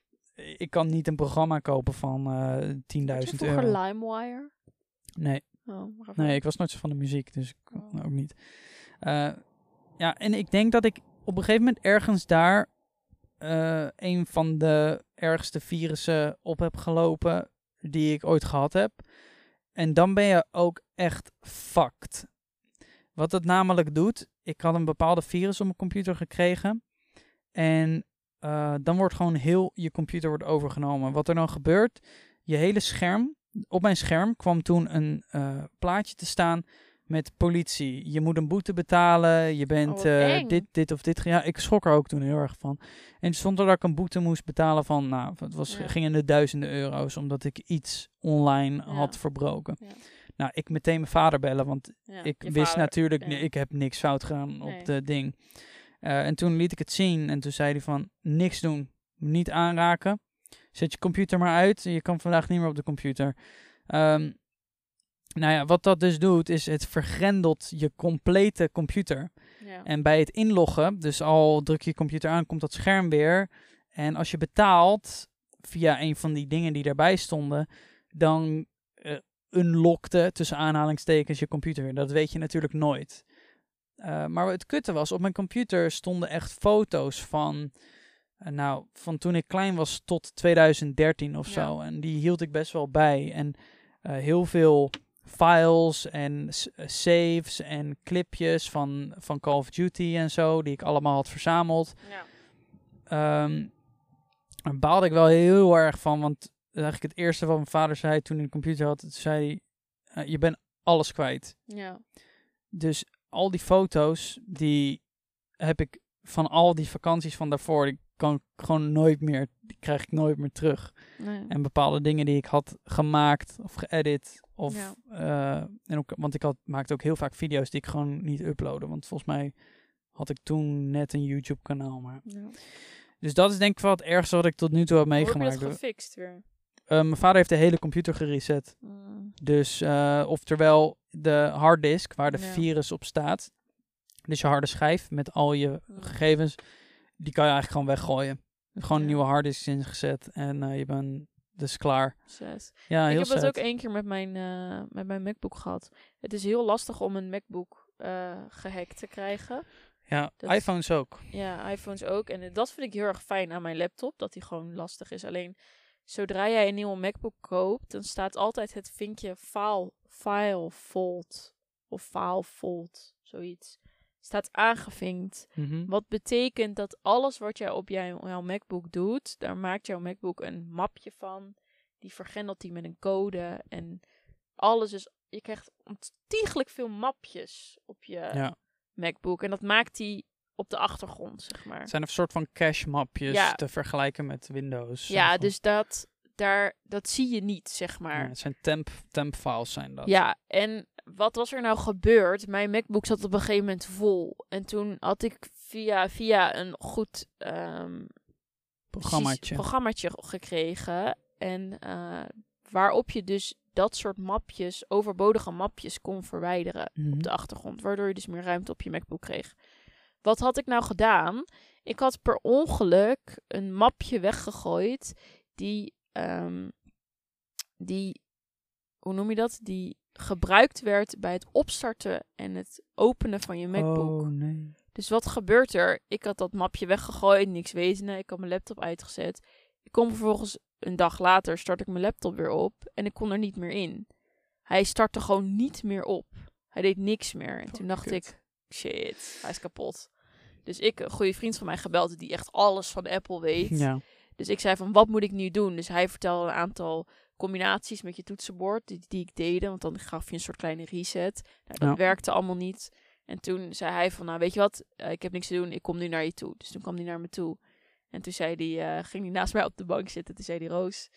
Ik kan niet een programma kopen van uh, tienduizend euro. Had je vroeger LimeWire? Nee. Oh, nee, ik was nooit zo van de muziek, dus ik oh. ook niet. Uh, ja, en ik denk dat ik op een gegeven moment ergens daar uh, een van de ergste virussen op heb gelopen die ik ooit gehad heb. En dan ben je ook echt fucked. Wat het namelijk doet, ik had een bepaalde virus op mijn computer gekregen. En uh, dan wordt gewoon heel je computer wordt overgenomen. Wat er dan gebeurt, je hele scherm, op mijn scherm kwam toen een uh, plaatje te staan met politie. Je moet een boete betalen, je bent oh, uh, dit, dit of dit. Ja, ik schrok er ook toen heel erg van. En stond er dat ik een boete moest betalen van, nou, het was, ja. ging in de duizenden euro's, omdat ik iets online ja. had verbroken. Ja. Nou, ik meteen mijn vader bellen, want ja, ik wist vader, natuurlijk, ja. nee, ik heb niks fout gedaan op nee. de ding. Uh, en toen liet ik het zien en toen zei hij van, niks doen, niet aanraken. Zet je computer maar uit, je kan vandaag niet meer op de computer. Um, nou ja, wat dat dus doet, is het vergrendelt je complete computer. Ja. En bij het inloggen, dus al druk je je computer aan, komt dat scherm weer. En als je betaalt via een van die dingen die daarbij stonden, dan uh, unlockte tussen aanhalingstekens je computer weer. Dat weet je natuurlijk nooit. Uh, maar het kutte was, op mijn computer stonden echt foto's van, uh, nou, van toen ik klein was tot twintig dertien of ja. zo. En die hield ik best wel bij. En uh, heel veel files en s- saves en clipjes van, van Call of Duty en zo, die ik allemaal had verzameld. Ja. Um, daar baalde ik wel heel erg van, want eigenlijk het eerste wat mijn vader zei toen hij een computer had, toen zei hij, uh, je bent alles kwijt. Ja. Dus al die foto's, die heb ik van al die vakanties van daarvoor, die kan ik gewoon nooit meer, die krijg ik nooit meer terug. Nee. En bepaalde dingen die ik had gemaakt of geëdit, of, ja. uh, en ook, want ik had, maakte ook heel vaak video's die ik gewoon niet uploaden, want volgens mij had ik toen net een YouTube kanaal, maar... Ja. Dus dat is denk ik wel het ergste wat ik tot nu toe heb meegemaakt. Hoe heb je het gefixt weer? Uh, mijn vader heeft de hele computer gereset. Mm. Dus, uh, oftewel de harddisk waar de Ja. virus op staat, dus je harde schijf met al je Mm. gegevens, die kan je eigenlijk gewoon weggooien. Gewoon Ja. een nieuwe harddisk ingezet en uh, je bent dus klaar. Zes. Ja, ik heel heb sad. het ook één keer met mijn, uh, met mijn MacBook gehad. Het is heel lastig om een MacBook uh, gehackt te krijgen. Ja, dat, iPhones ook. Ja, iPhones ook. En dat vind ik heel erg fijn aan mijn laptop, dat die gewoon lastig is. Alleen, zodra jij een nieuwe MacBook koopt, dan staat altijd het vinkje file, file fold of file fold, zoiets. Staat aangevinkt. Mm-hmm. Wat betekent dat alles wat jij op jouw, jouw MacBook doet, daar maakt jouw MacBook een mapje van. Die vergrendelt die met een code. En alles is... Je krijgt ontiegelijk veel mapjes op je ja. MacBook. En dat maakt die op de achtergrond, zeg maar. Het zijn een soort van cache-mapjes Ja. te vergelijken met Windows. Ja, Van- dus dat, daar, dat zie je niet, zeg maar. Ja, het zijn temp, temp files zijn dat. Ja, en wat was er nou gebeurd? Mijn MacBook zat op een gegeven moment vol. En toen had ik via, via een goed ehm, Programmaatje. precies programmaatje gekregen. En uh, waarop je dus dat soort mapjes, overbodige mapjes, kon verwijderen Mhm. op de achtergrond. Waardoor je dus meer ruimte op je MacBook kreeg. Wat had ik nou gedaan? Ik had per ongeluk een mapje weggegooid die, um, die, hoe noem je dat? Die gebruikt werd bij het opstarten en het openen van je MacBook. Oh, nee. Dus wat gebeurt er? Ik had dat mapje weggegooid, niks wetende. Ik had mijn laptop uitgezet. Ik kom vervolgens een dag later, start ik mijn laptop weer op en ik kon er niet meer in. Hij startte gewoon niet meer op. Hij deed niks meer. En Oh, toen dacht kut. ik, shit, hij is kapot. Dus ik, een goede vriend van mij gebeld die echt alles van Apple weet. Ja. Dus ik zei van, wat moet ik nu doen? Dus hij vertelde een aantal combinaties met je toetsenbord die, die ik deed. Want dan gaf je een soort kleine reset. Nou, dat Ja. werkte allemaal niet. En toen zei hij van, nou weet je wat, uh, ik heb niks te doen, ik kom nu naar je toe. Dus toen kwam hij naar me toe. En toen zei hij, uh, ging hij naast mij op de bank zitten. Toen zei hij, Roos,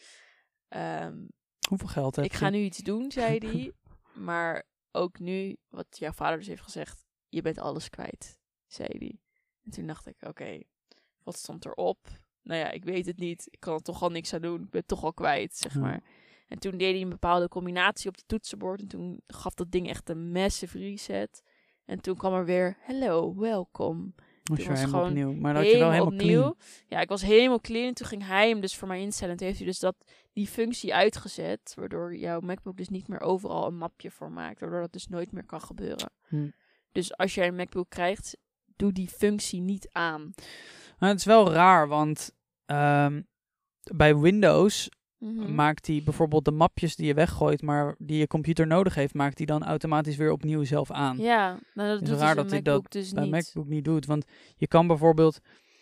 um, Hoeveel geld heb ik je? ga nu iets doen, zei hij. Maar ook nu, wat jouw vader dus heeft gezegd, je bent alles kwijt, zei hij. En toen dacht ik, oké, okay, wat stond erop? Nou ja, ik weet het niet. Ik kan er toch al niks aan doen. Ik ben het toch al kwijt, zeg Ja. maar. En toen deed hij een bepaalde combinatie op het toetsenbord. En toen gaf dat ding echt een massive reset. En toen kwam er weer, hello, welkom. Was je was helemaal gewoon opnieuw. Maar dat had je wel helemaal opnieuw. clean. Ja, ik was helemaal clean. En toen ging hij hem dus voor mij instellen. En toen heeft hij dus dat, die functie uitgezet. Waardoor jouw MacBook dus niet meer overal een mapje voor maakt. Waardoor dat dus nooit meer kan gebeuren. Hm. Dus als jij een MacBook krijgt, doe die functie niet aan. Nou, het is wel raar, want um, bij Windows Mm-hmm. maakt hij bijvoorbeeld de mapjes die je weggooit, maar die je computer nodig heeft, maakt hij dan automatisch weer opnieuw zelf aan. Ja, nou dat Het is doet raar dus dat een hij MacBook dat dus bij niet. MacBook niet doet, want je kan bijvoorbeeld,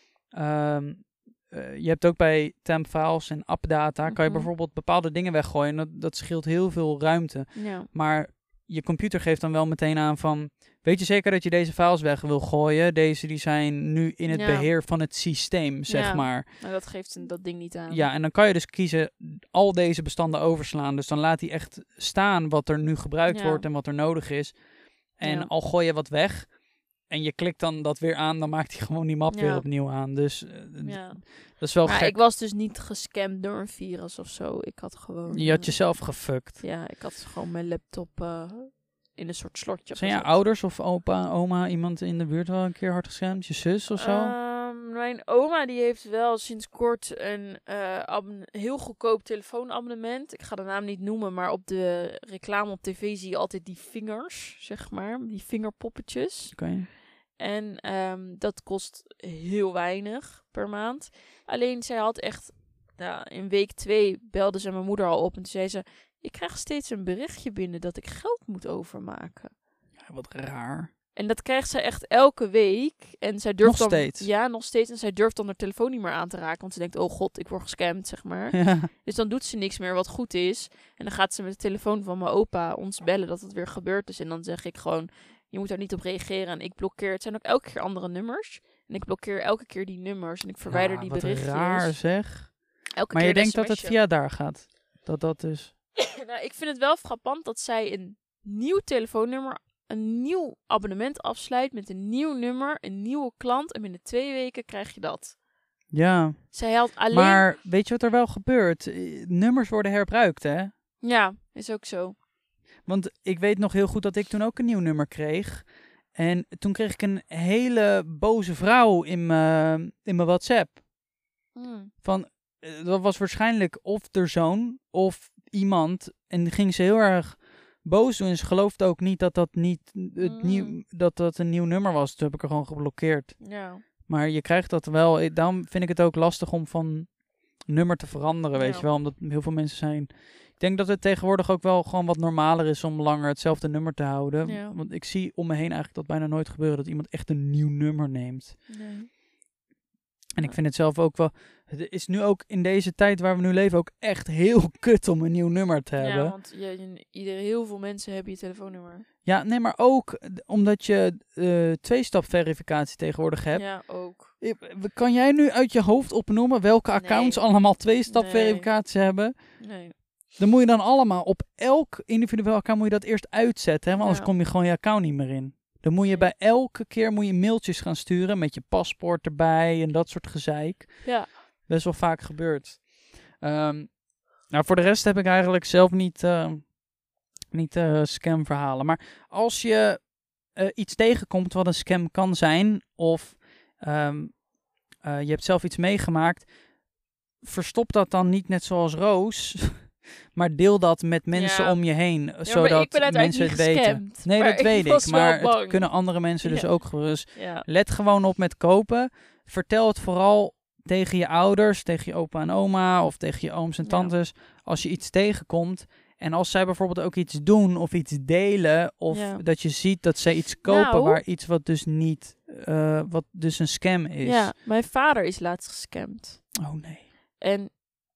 um, uh, je hebt ook bij temp files en appdata, kan je Mhm. bijvoorbeeld bepaalde dingen weggooien. Dat, dat scheelt heel veel ruimte. Ja. Maar je computer geeft dan wel meteen aan van, weet je zeker dat je deze files weg wil gooien? Deze die zijn nu in het Ja. beheer van het systeem, zeg Ja. maar. Nou, dat geeft een, dat ding niet aan. Ja, en dan kan je dus kiezen al deze bestanden overslaan. Dus dan laat hij echt staan wat er nu gebruikt Ja. wordt en wat er nodig is. En Ja. al gooi je wat weg en je klikt dan dat weer aan, dan maakt hij gewoon die map Ja. weer opnieuw aan. Dus uh, Ja. dat is wel Maar gek. ik was dus niet gescamd door een virus of zo. Ik had gewoon... Je had eh, jezelf gefukt. Ja, ik had gewoon mijn laptop uh, in een soort slotje Zijn je gezet. ouders of opa, oma, iemand in de buurt wel een keer hard geschermd? Je zus of zo? Um, mijn oma die heeft wel sinds kort een uh, abon- heel goedkoop telefoonabonnement. Ik ga de naam niet noemen, maar op de reclame op tv zie je altijd die vingers, zeg maar. Die vingerpoppetjes. Oké. En um, dat kost heel weinig per maand. Alleen zij had echt, nou, in week twee belde ze mijn moeder al op en toen zei ze, ik krijg steeds een berichtje binnen dat ik geld moet overmaken. Ja, wat raar. En dat krijgt zij echt elke week. En zij durft Nog dan, steeds? Ja, nog steeds. En zij durft dan haar telefoon niet meer aan te raken. Want ze denkt, oh god, ik word gescamd, zeg maar. Ja. Dus dan doet ze niks meer wat goed is. En dan gaat ze met de telefoon van mijn opa ons bellen dat het weer gebeurd is. En dan zeg ik gewoon, je moet daar niet op reageren. En ik blokkeer, het zijn ook elke keer andere nummers. En ik blokkeer elke keer die nummers. En ik verwijder Ja, die wat berichtjes. raar zeg. Elke Maar keer je een denkt dat het sms'je. via daar gaat? Dat dat dus... Nou, ik vind het wel frappant dat zij een nieuw telefoonnummer, een nieuw abonnement afsluit met een nieuw nummer, een nieuwe klant. En binnen twee weken krijg je dat. Ja, Zij had alleen... maar weet je wat er wel gebeurt? Eh, Nummers worden herbruikt, hè? Ja, is ook zo. Want ik weet nog heel goed dat ik toen ook een nieuw nummer kreeg. En toen kreeg ik een hele boze vrouw in mijn in mijn WhatsApp. Hmm. Van, eh, dat was waarschijnlijk of de zoon of iemand. En die ging ze heel erg boos doen. En ze geloofde ook niet dat dat, niet het Mm. nieuw, dat dat een nieuw nummer was. Toen heb ik er gewoon geblokkeerd. Ja. Maar je krijgt dat wel. eh, Daarom vind ik het ook lastig om van nummer te veranderen, weet Ja. je wel. Omdat heel veel mensen zijn... Ik denk dat het tegenwoordig ook wel gewoon wat normaler is om langer hetzelfde nummer te houden. Ja. Want ik zie om me heen eigenlijk dat bijna nooit gebeuren dat iemand echt een nieuw nummer neemt. Nee. En ik vind het zelf ook wel... Het is nu ook in deze tijd waar we nu leven ook echt heel kut om een nieuw nummer te hebben. Ja, want je, je, ieder, heel veel mensen hebben je telefoonnummer. Ja, nee, maar ook eh, omdat je uh, twee-stap-verificatie tegenwoordig hebt. Ja, ook. Kan jij nu uit je hoofd opnoemen welke accounts Nee. allemaal twee-stap-verificatie Nee. hebben? Nee. Dan moet je dan allemaal op elk individueel account moet je dat eerst uitzetten. Hè? Want anders Ja. kom je gewoon je account niet meer in. Dan moet je bij elke keer moet je mailtjes gaan sturen met je paspoort erbij en dat soort gezeik. Ja. Best wel vaak gebeurd. Um, nou, voor de rest heb ik eigenlijk zelf niet, uh, niet uh, scamverhalen. Maar als je uh, iets tegenkomt wat een scam kan zijn, of um, uh, je hebt zelf iets meegemaakt, verstop dat dan niet net zoals Roos, maar deel dat met mensen Ja. om je heen, Ja, zodat maar ik ben mensen het uiteindelijk weten. niet gescamd, Nee, maar dat weet was ik, wel maar het bang. kunnen andere mensen dus Ja. ook gerust. Ja. Let gewoon op met kopen. Vertel het vooral tegen je ouders, tegen je opa en oma of tegen je ooms en Ja. tantes als je iets tegenkomt. En als zij bijvoorbeeld ook iets doen of iets delen of Ja. dat je ziet dat zij iets kopen Nou. waar iets wat dus niet, uh, wat dus een scam is. Ja, mijn vader is laatst gescamd. Oh nee. En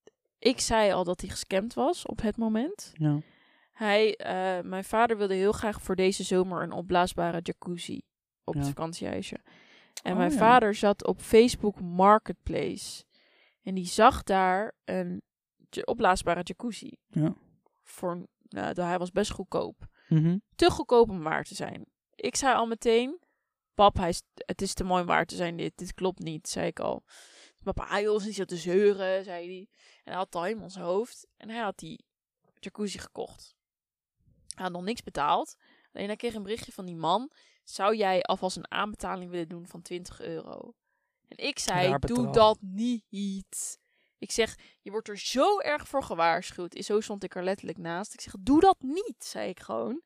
ik zei al dat hij gescamd was op het moment. Ja. Hij, uh, mijn vader wilde heel graag voor deze zomer een opblaasbare jacuzzi op Ja. het vakantiehuisje. En Oh, mijn ja. vader zat op Facebook Marketplace. En die zag daar een ja- opblaasbare jacuzzi. Ja. Voor, nou, hij was best goedkoop. Mm-hmm. Te goedkoop om waar te zijn. Ik zei al meteen, pap, hij is, het is te mooi om waar te zijn dit. Dit klopt niet, zei ik al. Papa, hij was niet zo te zeuren, zei hij. En hij had het al helemaal in zijn hoofd. En hij had die jacuzzi gekocht. Hij had nog niks betaald. Alleen hij kreeg een berichtje van die man. Zou jij alvast een aanbetaling willen doen van twintig euro? En ik zei, Raar doe bedrag. dat niet. Ik zeg, je wordt er zo erg voor gewaarschuwd. Zo stond ik er letterlijk naast. Ik zeg, doe dat niet, zei ik gewoon.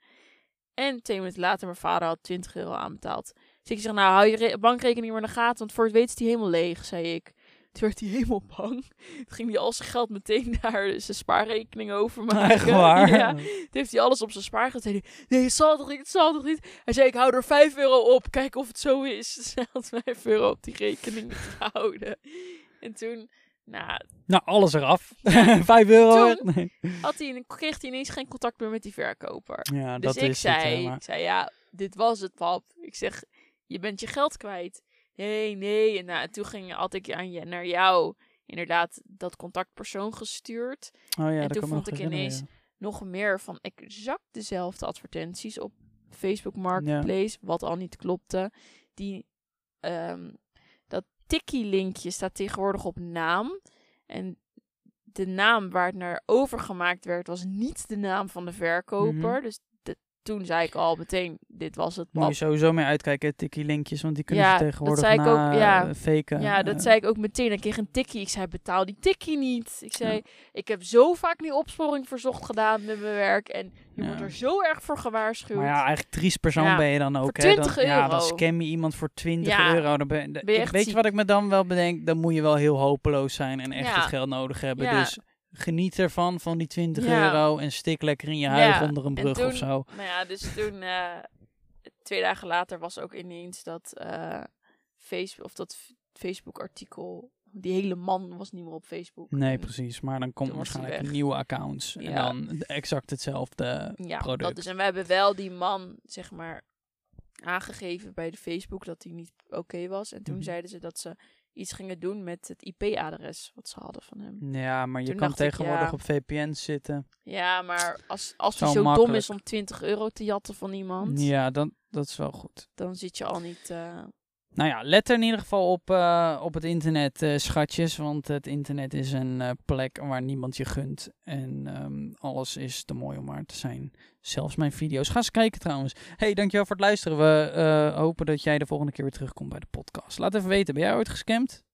En twee minuten later, mijn vader had twintig euro aanbetaald. Dus ik zeg, nou, hou je re- bankrekening maar in de gaten, want voor het weet is die helemaal leeg, zei ik. Toen werd hij helemaal bang. Toen ging hij al zijn geld meteen naar zijn spaarrekening overmaken. Echt waar? Ja. Toen heeft hij alles op zijn spaargeld. Zei hij, nee, het zal toch niet, het zal toch niet. Hij zei, ik hou er vijf euro op, kijk of het zo is. Dus hij had vijf euro op die rekening gehouden. En toen, nou, Nou, alles eraf. Vijf euro. Toen- Nee. had hij, kreeg hij ineens geen contact meer met die verkoper. Ja, Dus dat ik is zei, het. hè, maar- ik zei, ja, dit was het, pap. Ik zeg, je bent je geld kwijt. Nee, nee. En nou, toen ging, had ik aan je, naar jou inderdaad dat contactpersoon gestuurd. Oh ja, en dat toen kan me nog vond ik herinneren, ineens nog meer van exact dezelfde advertenties op Facebook Marketplace, Ja. wat al niet klopte. Die, ehm, dat tikkie-linkje staat tegenwoordig op naam. En de naam waar het naar overgemaakt werd, was niet de naam van de verkoper. Mhm. Dus de- toen zei ik al meteen, dit was het. Moet je pap. sowieso mee uitkijken, tikkie linkjes, want die kunnen Ja, ze dat tegenwoordig zei ik na ook, ja. eh, faken. Ja, dat eh, zei ik ook meteen. Ik kreeg een tikkie. Ik zei, betaal die tikkie niet. Ik zei, Ja. ik heb zo vaak die opsporing verzocht gedaan met mijn werk. En je Ja. wordt er zo erg voor gewaarschuwd. Maar ja, eigenlijk triest persoon Ja, ben je dan ook. voor hè. twintig dan, Ja, dan euro. scam je iemand voor twintig Ja, euro. Dan ben, ben je ik- echt weet je ziek. wat ik me dan wel bedenk? Dan moet je wel heel hopeloos zijn en echt Ja. het geld nodig hebben. Ja. Dus geniet ervan, van die twintig Ja. euro. En stik lekker in je huis Ja, onder een en brug toen- of zo. Nou ja, dus toen, eh, twee dagen later was ook ineens dat eh, Facebook, of dat f- Facebook-artikel, die hele man was niet meer op Facebook. Nee, En precies. Maar dan komt toen was hij waarschijnlijk weg. nieuwe accounts. En Ja. dan exact hetzelfde Ja, product. dat is, en we hebben wel die man, zeg maar, aangegeven bij de Facebook dat hij niet oké was. En toen Mhm. zeiden ze dat ze iets gingen doen met het I P-adres wat ze hadden van hem. Ja, maar je Toen kan dacht ik, tegenwoordig ja. op V P N's zitten. Ja, maar als, als hij Zo zo dom makkelijk. is om twintig euro te jatten van iemand, Ja, dan, dat is wel goed. dan zit je al niet... eh, Nou ja, let er in ieder geval op, eh, op het internet, eh, schatjes. Want het internet is een eh, plek waar niemand je gunt. En ehm, alles is te mooi om waar te zijn. Zelfs mijn video's. Ga eens kijken trouwens. Hey, dankjewel voor het luisteren. We eh, hopen dat jij de volgende keer weer terugkomt bij de podcast. Laat even weten, ben jij ooit gescamd?